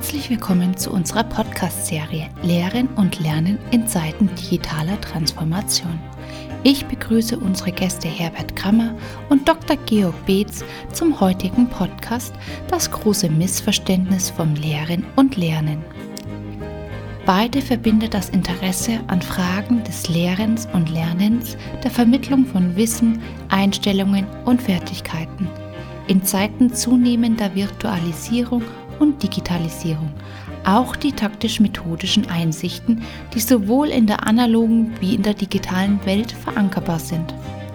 Herzlich willkommen zu unserer Podcast-Serie Lehren und Lernen in Zeiten digitaler Transformation. Ich begrüße unsere Gäste Herbert Krammer und Dr. Georg Beetz zum heutigen Podcast Das große Missverständnis vom Lehren und Lernen. Beide verbindet das Interesse an Fragen des Lehrens und Lernens, der Vermittlung von Wissen, Einstellungen und Fertigkeiten in Zeiten zunehmender Virtualisierung und Digitalisierung, auch die taktisch-methodischen Einsichten, die sowohl in der analogen wie in der digitalen Welt verankerbar sind.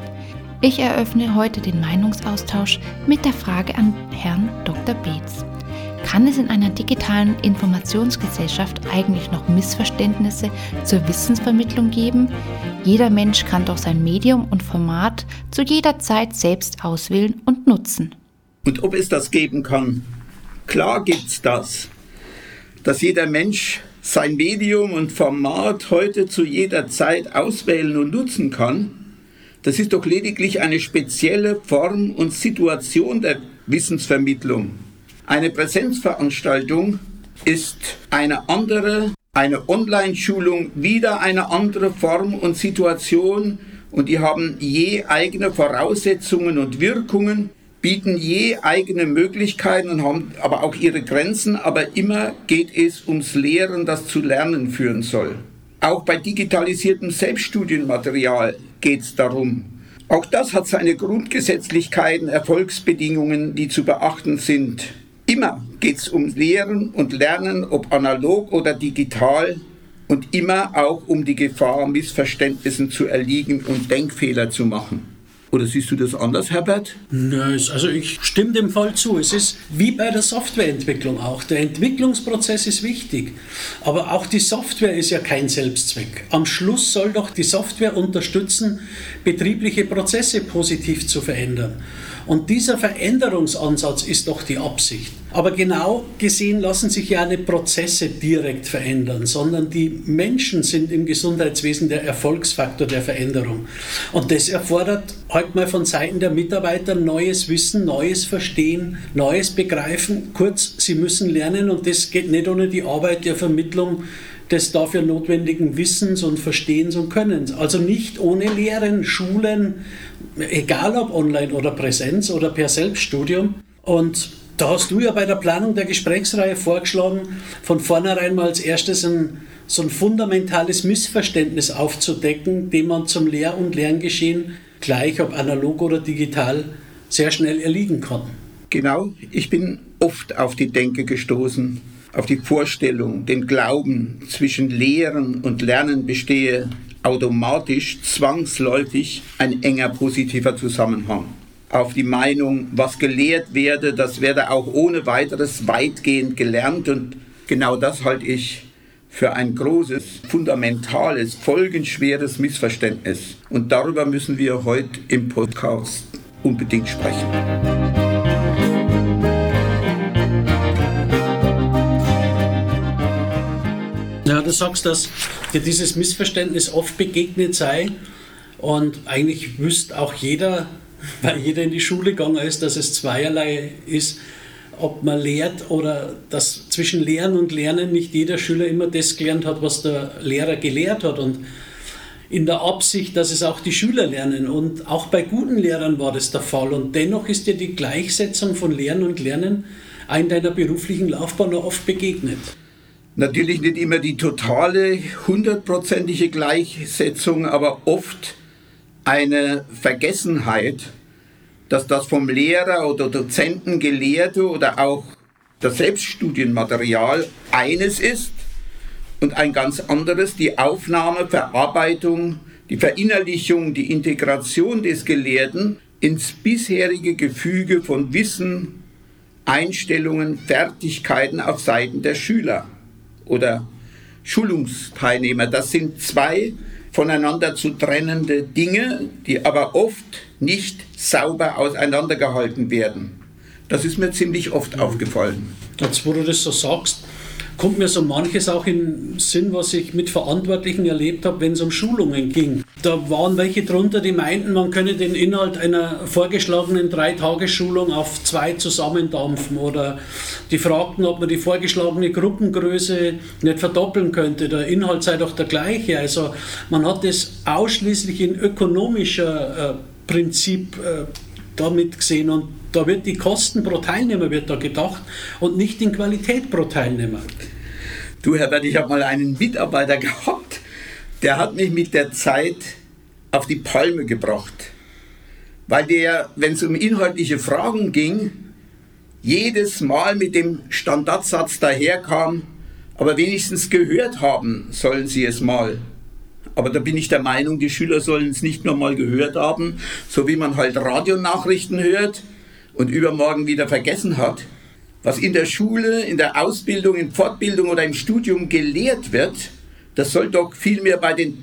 Ich eröffne heute den Meinungsaustausch mit der Frage an Herrn Dr. Beetz. Kann es in einer digitalen Informationsgesellschaft eigentlich noch Missverständnisse zur Wissensvermittlung geben? Jeder Mensch kann doch sein Medium und Format zu jeder Zeit selbst auswählen und nutzen. Und ob es das geben kann? Klar gibt's das. Dass jeder Mensch sein Medium und Format heute zu jeder Zeit auswählen und nutzen kann, das ist doch lediglich eine spezielle Form und Situation der Wissensvermittlung. Eine Präsenzveranstaltung ist eine andere, eine Online-Schulung wieder eine andere Form und Situation und die haben je eigene Voraussetzungen und Wirkungen, bieten je eigene Möglichkeiten und haben aber auch ihre Grenzen, aber immer geht es ums Lehren, das zu Lernen führen soll. Auch bei digitalisiertem Selbststudienmaterial geht es darum. Auch das hat seine Grundgesetzlichkeiten, Erfolgsbedingungen, die zu beachten sind. Immer geht es um Lehren und Lernen, ob analog oder digital, und immer auch um die Gefahr, Missverständnissen zu erliegen und Denkfehler zu machen. Oder siehst du das anders, Herbert? Also ich stimme dem voll zu. Es ist wie bei der Softwareentwicklung auch. Der Entwicklungsprozess ist wichtig, aber auch die Software ist ja kein Selbstzweck. Am Schluss soll doch die Software unterstützen, betriebliche Prozesse positiv zu verändern. Und dieser Veränderungsansatz ist doch die Absicht. Aber genau gesehen lassen sich ja nicht Prozesse direkt verändern, sondern die Menschen sind im Gesundheitswesen der Erfolgsfaktor der Veränderung. Und das erfordert halt mal von Seiten der Mitarbeiter neues Wissen, neues Verstehen, neues Begreifen. Kurz, sie müssen lernen und das geht nicht ohne die Arbeit der Vermittlung des dafür notwendigen Wissens und Verstehens und Könnens. Also nicht ohne Lehren, Schulen, egal ob online oder Präsenz oder per Selbststudium. Und da hast du ja bei der Planung der Gesprächsreihe vorgeschlagen, von vornherein mal als erstes so ein fundamentales Missverständnis aufzudecken, dem man zum Lehr- und Lerngeschehen, gleich ob analog oder digital, sehr schnell erliegen kann. Genau, ich bin oft auf die Denke gestoßen, auf die Vorstellung, den Glauben, zwischen Lehren und Lernen bestehe automatisch, zwangsläufig ein enger positiver Zusammenhang. Auf die Meinung, was gelehrt werde, das werde auch ohne weiteres weitgehend gelernt, und genau das halte ich für ein großes, fundamentales, folgenschweres Missverständnis. Und darüber müssen wir heute im Podcast unbedingt sprechen. Ja, du sagst, dass dir dieses Missverständnis oft begegnet sei, und eigentlich wüsste auch jeder, weil jeder in die Schule gegangen ist, dass es zweierlei ist, ob man lehrt oder dass zwischen Lehren und Lernen nicht jeder Schüler immer das gelernt hat, was der Lehrer gelehrt hat, und in der Absicht, dass es auch die Schüler lernen, und auch bei guten Lehrern war das der Fall, und dennoch ist dir die Gleichsetzung von Lehren und Lernen in deiner beruflichen Laufbahn noch oft begegnet. Natürlich nicht immer die totale, 100%ige Gleichsetzung, aber oft eine Vergessenheit, dass das vom Lehrer oder Dozenten Gelehrte oder auch das Selbststudienmaterial eines ist und ein ganz anderes die Aufnahme, Verarbeitung, die Verinnerlichung, die Integration des Gelehrten ins bisherige Gefüge von Wissen, Einstellungen, Fertigkeiten auf Seiten der Schüler oder Schulungsteilnehmer. Das sind zwei voneinander zu trennende Dinge, die aber oft nicht sauber auseinandergehalten werden. Das ist mir ziemlich oft aufgefallen. Jetzt, wo du das so sagst, kommt mir so manches auch in Sinn, was ich mit Verantwortlichen erlebt habe, wenn es um Schulungen ging. Da waren welche drunter, die meinten, man könne den Inhalt einer vorgeschlagenen 3-Tages-Schulung auf 2 zusammendampfen, oder die fragten, ob man die vorgeschlagene Gruppengröße nicht verdoppeln könnte. Der Inhalt sei doch der gleiche. Also man hat das ausschließlich in ökonomischer Prinzip damit gesehen, und da wird die Kosten pro Teilnehmer wird da gedacht und nicht in Qualität pro Teilnehmer. Du, Herbert, ich habe mal einen Mitarbeiter gehabt, der hat mich mit der Zeit auf die Palme gebracht, weil der, wenn es um inhaltliche Fragen ging, jedes Mal mit dem Standardsatz daherkam, aber wenigstens gehört haben sollen sie es mal. Aber da bin ich der Meinung, die Schüler sollen es nicht nur mal gehört haben, so wie man halt Radionachrichten hört und übermorgen wieder vergessen hat. Was in der Schule, in der Ausbildung, in Fortbildung oder im Studium gelehrt wird, das soll doch vielmehr bei den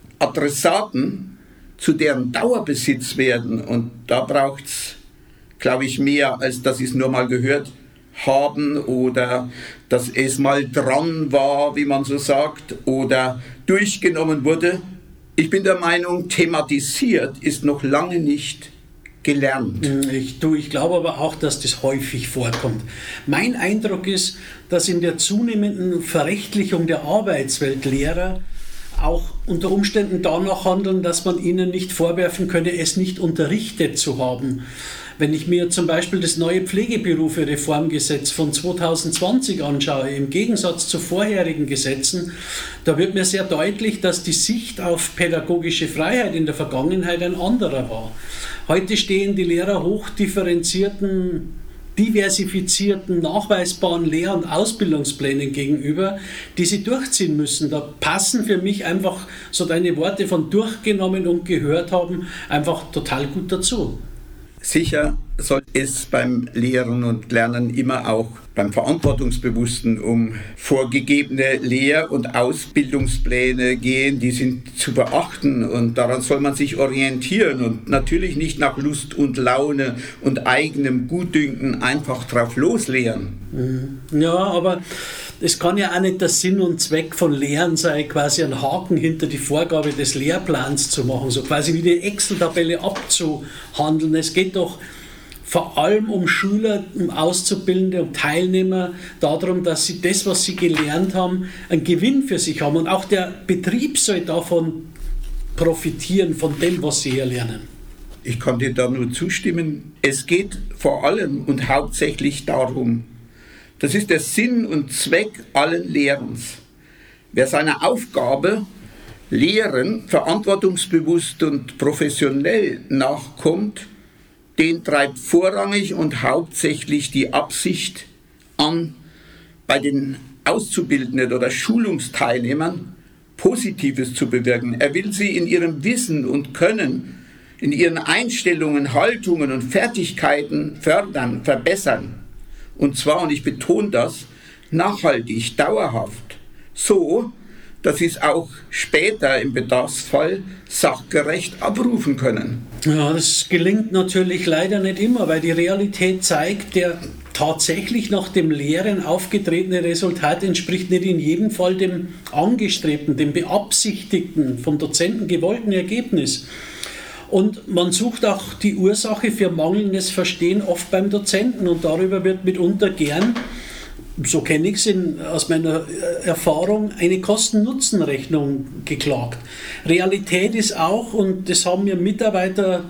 Adressaten zu deren Dauerbesitz werden. Und da braucht es, glaube ich, mehr, als dass sie es nur mal gehört haben oder dass es mal dran war, wie man so sagt, oder durchgenommen wurde. Ich bin der Meinung, thematisiert ist noch lange nicht gelernt. Ich glaube aber auch, dass das häufig vorkommt. Mein Eindruck ist, dass in der zunehmenden Verrechtlichung der Arbeitswelt Lehrer auch unter Umständen danach handeln, dass man ihnen nicht vorwerfen könne, es nicht unterrichtet zu haben. Wenn ich mir zum Beispiel das neue Pflegeberufe-Reformgesetz von 2020 anschaue, im Gegensatz zu vorherigen Gesetzen, da wird mir sehr deutlich, dass die Sicht auf pädagogische Freiheit in der Vergangenheit ein anderer war. Heute stehen die Lehrer hochdifferenzierten, diversifizierten, nachweisbaren Lehr- und Ausbildungsplänen gegenüber, die sie durchziehen müssen. Da passen für mich einfach so deine Worte von durchgenommen und gehört haben einfach total gut dazu. Sicher soll es beim Lehren und Lernen immer auch beim Verantwortungsbewussten um vorgegebene Lehr- und Ausbildungspläne gehen. Die sind zu beachten und daran soll man sich orientieren und natürlich nicht nach Lust und Laune und eigenem Gutdünken einfach drauf loslehren. Ja, aber es kann ja auch nicht der Sinn und Zweck von Lehren sein, quasi einen Haken hinter die Vorgabe des Lehrplans zu machen, so quasi wie die Excel-Tabelle abzuhandeln. Es geht doch vor allem um Schüler, um Auszubildende, um Teilnehmer, darum, dass sie das, was sie gelernt haben, einen Gewinn für sich haben. Und auch der Betrieb soll davon profitieren, von dem, was sie hier lernen. Ich kann dir da nur zustimmen. Es geht vor allem und hauptsächlich darum, das ist der Sinn und Zweck allen Lehrens. Wer seiner Aufgabe, Lehren, verantwortungsbewusst und professionell nachkommt, den treibt vorrangig und hauptsächlich die Absicht an, bei den Auszubildenden oder Schulungsteilnehmern Positives zu bewirken. Er will sie in ihrem Wissen und Können, in ihren Einstellungen, Haltungen und Fertigkeiten fördern, verbessern. Und zwar, und ich betone das, nachhaltig, dauerhaft. So, dass sie es auch später im Bedarfsfall sachgerecht abrufen können. Ja, das gelingt natürlich leider nicht immer, weil die Realität zeigt, der tatsächlich nach dem Lehren aufgetretene Resultat entspricht nicht in jedem Fall dem angestrebten, dem beabsichtigten, vom Dozenten gewollten Ergebnis. Und man sucht auch die Ursache für mangelndes Verstehen oft beim Dozenten und darüber wird mitunter gern, so kenne ich es aus meiner Erfahrung, eine Kosten-Nutzen-Rechnung geklagt. Realität ist auch, und das haben mir Mitarbeiter,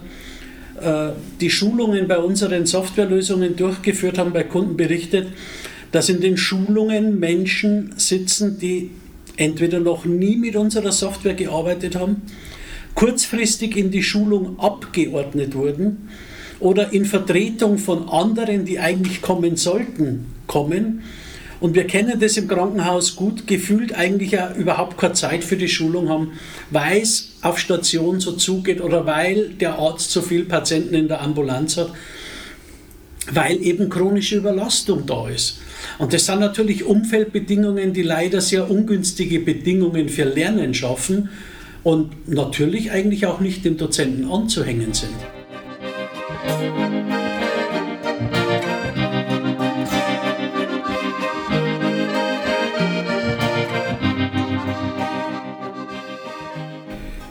die Schulungen bei unseren Softwarelösungen durchgeführt haben, bei Kunden berichtet, dass in den Schulungen Menschen sitzen, die entweder noch nie mit unserer Software gearbeitet haben, kurzfristig in die Schulung abgeordnet wurden oder in Vertretung von anderen, die eigentlich kommen sollten, kommen. Und wir kennen das im Krankenhaus gut, gefühlt eigentlich ja überhaupt keine Zeit für die Schulung haben, weil es auf Station so zugeht oder weil der Arzt so viele Patienten in der Ambulanz hat, weil eben chronische Überlastung da ist. Und das sind natürlich Umfeldbedingungen, die leider sehr ungünstige Bedingungen für Lernen schaffen und natürlich eigentlich auch nicht dem Dozenten anzuhängen sind.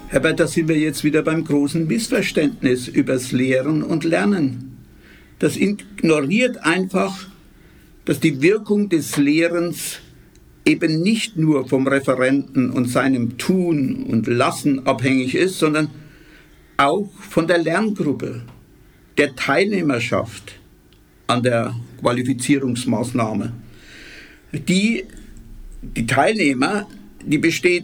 Aber da sind wir jetzt wieder beim großen Missverständnis übers Lehren und Lernen. Das ignoriert einfach, dass die Wirkung des Lehrens eben nicht nur vom Referenten und seinem Tun und Lassen abhängig ist, sondern auch von der Lerngruppe, der Teilnehmerschaft an der Qualifizierungsmaßnahme. Die Teilnehmer, die besteht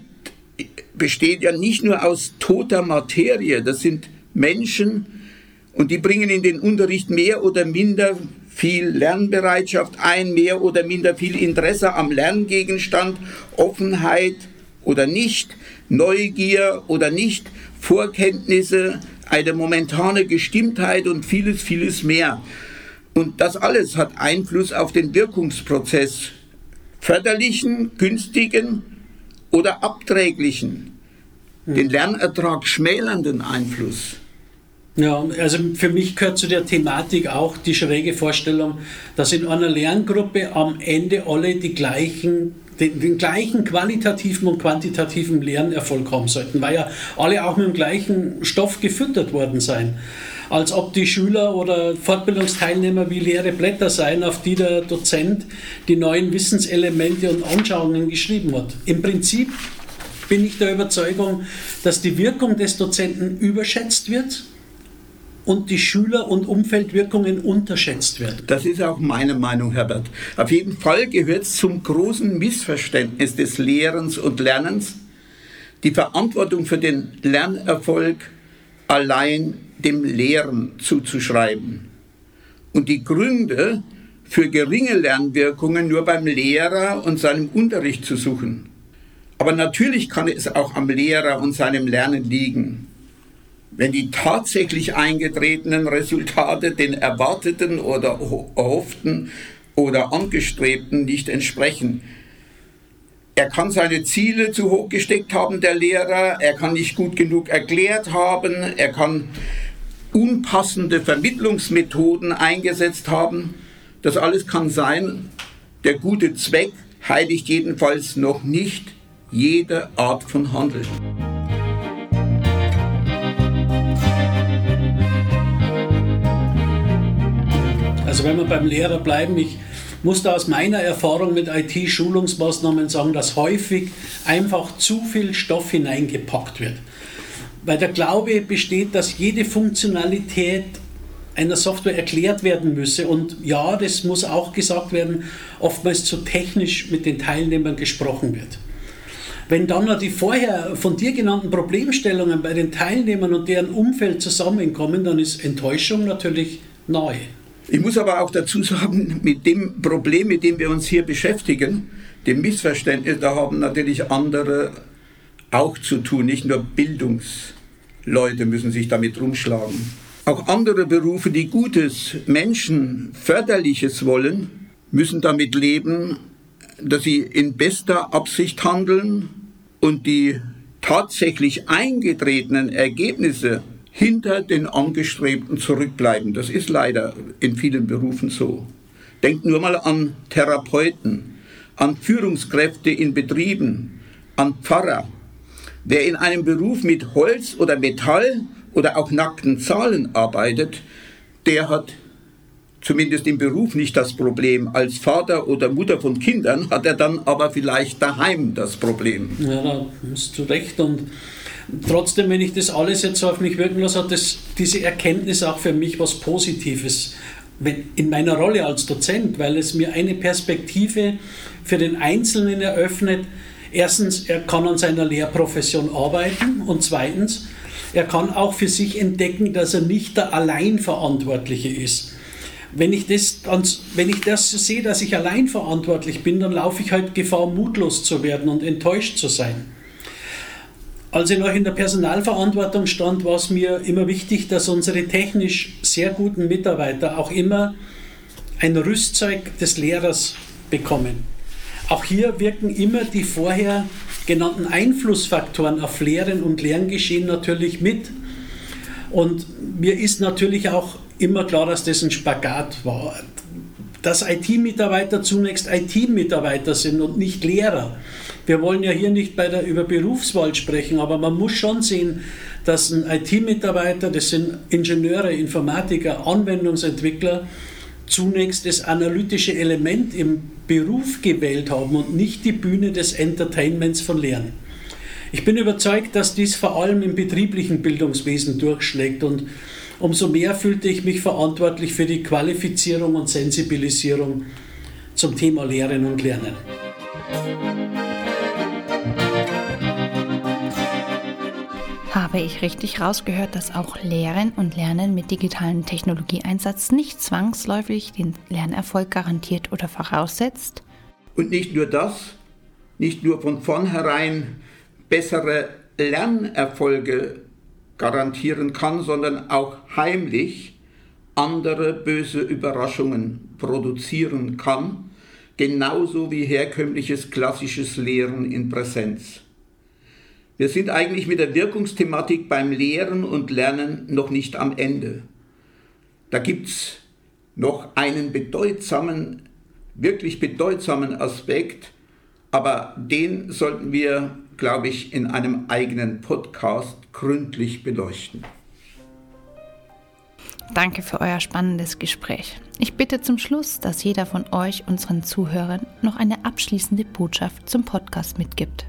ja nicht nur aus toter Materie, das sind Menschen und die bringen in den Unterricht mehr oder minder viel Lernbereitschaft ein, mehr oder minder viel Interesse am Lerngegenstand, Offenheit oder nicht, Neugier oder nicht, Vorkenntnisse, eine momentane Gestimmtheit und vieles, vieles mehr. Und das alles hat Einfluss auf den Wirkungsprozess, förderlichen, günstigen oder abträglichen, den Lernertrag schmälernden Einfluss. Ja, also für mich gehört zu der Thematik auch die schräge Vorstellung, dass in einer Lerngruppe am Ende alle den gleichen qualitativen und quantitativen Lernerfolg haben sollten, weil ja alle auch mit dem gleichen Stoff gefüttert worden sein. Als ob die Schüler oder Fortbildungsteilnehmer wie leere Blätter seien, auf die der Dozent die neuen Wissenselemente und Anschauungen geschrieben hat. Im Prinzip bin ich der Überzeugung, dass die Wirkung des Dozenten überschätzt wird und die Schüler- und Umfeldwirkungen unterschätzt werden. Das ist auch meine Meinung, Herbert. Auf jeden Fall gehört es zum großen Missverständnis des Lehrens und Lernens, die Verantwortung für den Lernerfolg allein dem Lehren zuzuschreiben und die Gründe für geringe Lernwirkungen nur beim Lehrer und seinem Unterricht zu suchen. Aber natürlich kann es auch am Lehrer und seinem Lernen liegen, wenn die tatsächlich eingetretenen Resultate den erwarteten oder erhofften oder angestrebten nicht entsprechen. Er kann seine Ziele zu hoch gesteckt haben, der Lehrer, er kann nicht gut genug erklärt haben, er kann unpassende Vermittlungsmethoden eingesetzt haben. Das alles kann sein. Der gute Zweck heiligt jedenfalls noch nicht jede Art von Handeln. Also wenn wir beim Lehrer bleiben, ich muss da aus meiner Erfahrung mit IT-Schulungsmaßnahmen sagen, dass häufig einfach zu viel Stoff hineingepackt wird. Weil der Glaube besteht, dass jede Funktionalität einer Software erklärt werden müsse. Und ja, das muss auch gesagt werden, oftmals zu technisch mit den Teilnehmern gesprochen wird. Wenn dann noch die vorher von dir genannten Problemstellungen bei den Teilnehmern und deren Umfeld zusammenkommen, dann ist Enttäuschung natürlich nahe. Ich muss aber auch dazu sagen, mit dem Problem, mit dem wir uns hier beschäftigen, dem Missverständnis, da haben natürlich andere auch zu tun, nicht nur Bildungsleute müssen sich damit rumschlagen. Auch andere Berufe, die Gutes, Menschen, Förderliches wollen, müssen damit leben, dass sie in bester Absicht handeln und die tatsächlich eingetretenen Ergebnisse hinter den Angestrebten zurückbleiben. Das ist leider in vielen Berufen so. Denkt nur mal an Therapeuten, an Führungskräfte in Betrieben, an Pfarrer. Wer in einem Beruf mit Holz oder Metall oder auch nackten Zahlen arbeitet, der hat zumindest im Beruf nicht das Problem. Als Vater oder Mutter von Kindern hat er dann aber vielleicht daheim das Problem. Ja, da hast du recht. Und trotzdem, wenn ich das alles jetzt so auf mich wirken lasse, hat diese Erkenntnis auch für mich was Positives in meiner Rolle als Dozent, weil es mir eine Perspektive für den Einzelnen eröffnet. Erstens, er kann an seiner Lehrprofession arbeiten und zweitens, er kann auch für sich entdecken, dass er nicht der Alleinverantwortliche ist. Wenn ich das sehe, dass ich allein verantwortlich bin, dann laufe ich halt Gefahr, mutlos zu werden und enttäuscht zu sein. Als ich noch in der Personalverantwortung stand, war es mir immer wichtig, dass unsere technisch sehr guten Mitarbeiter auch immer ein Rüstzeug des Lehrers bekommen. Auch hier wirken immer die vorher genannten Einflussfaktoren auf Lehren und Lerngeschehen natürlich mit. Und mir ist natürlich auch immer klar, dass das ein Spagat war. Dass IT-Mitarbeiter zunächst IT-Mitarbeiter sind und nicht Lehrer, Wir wollen ja hier nicht über Berufswahl sprechen, aber man muss schon sehen, dass ein IT-Mitarbeiter, das sind Ingenieure, Informatiker, Anwendungsentwickler, zunächst das analytische Element im Beruf gewählt haben und nicht die Bühne des Entertainments von Lernen. Ich bin überzeugt, dass dies vor allem im betrieblichen Bildungswesen durchschlägt und umso mehr fühlte ich mich verantwortlich für die Qualifizierung und Sensibilisierung zum Thema Lehren und Lernen. Habe ich richtig rausgehört, dass auch Lehren und Lernen mit digitalen Technologieeinsatz nicht zwangsläufig den Lernerfolg garantiert oder voraussetzt? Und nicht nur das, nicht nur von vornherein bessere Lernerfolge garantieren kann, sondern auch heimlich andere böse Überraschungen produzieren kann, genauso wie herkömmliches klassisches Lehren in Präsenz. Wir sind eigentlich mit der Wirkungsthematik beim Lehren und Lernen noch nicht am Ende. Da gibt es noch einen wirklich bedeutsamen Aspekt, aber den sollten wir, glaube ich, in einem eigenen Podcast gründlich beleuchten. Danke für euer spannendes Gespräch. Ich bitte zum Schluss, dass jeder von euch, unseren Zuhörern, noch eine abschließende Botschaft zum Podcast mitgibt.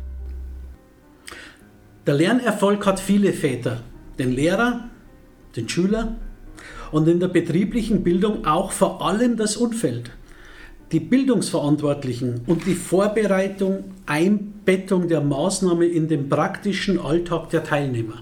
Der Lernerfolg hat viele Väter, den Lehrer, den Schüler und in der betrieblichen Bildung auch vor allem das Umfeld. Die Bildungsverantwortlichen und die Vorbereitung, Einbettung der Maßnahme in den praktischen Alltag der Teilnehmer.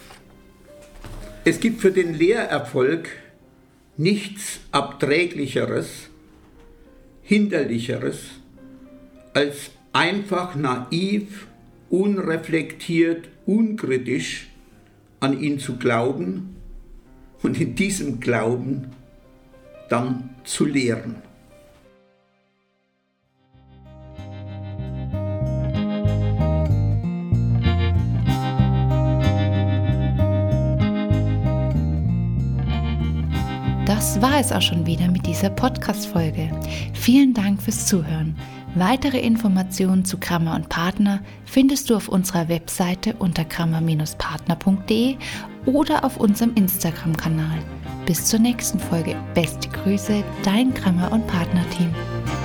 Es gibt für den Lehrerfolg nichts Abträglicheres, Hinderlicheres, als einfach naiv, unreflektiert, unkritisch an ihn zu glauben und in diesem Glauben dann zu lehren. Das war es auch schon wieder mit dieser Podcast-Folge. Vielen Dank fürs Zuhören. Weitere Informationen zu Grammer und Partner findest du auf unserer Webseite unter grammer-partner.de oder auf unserem Instagram-Kanal. Bis zur nächsten Folge. Beste Grüße, dein Grammer und Partner-Team.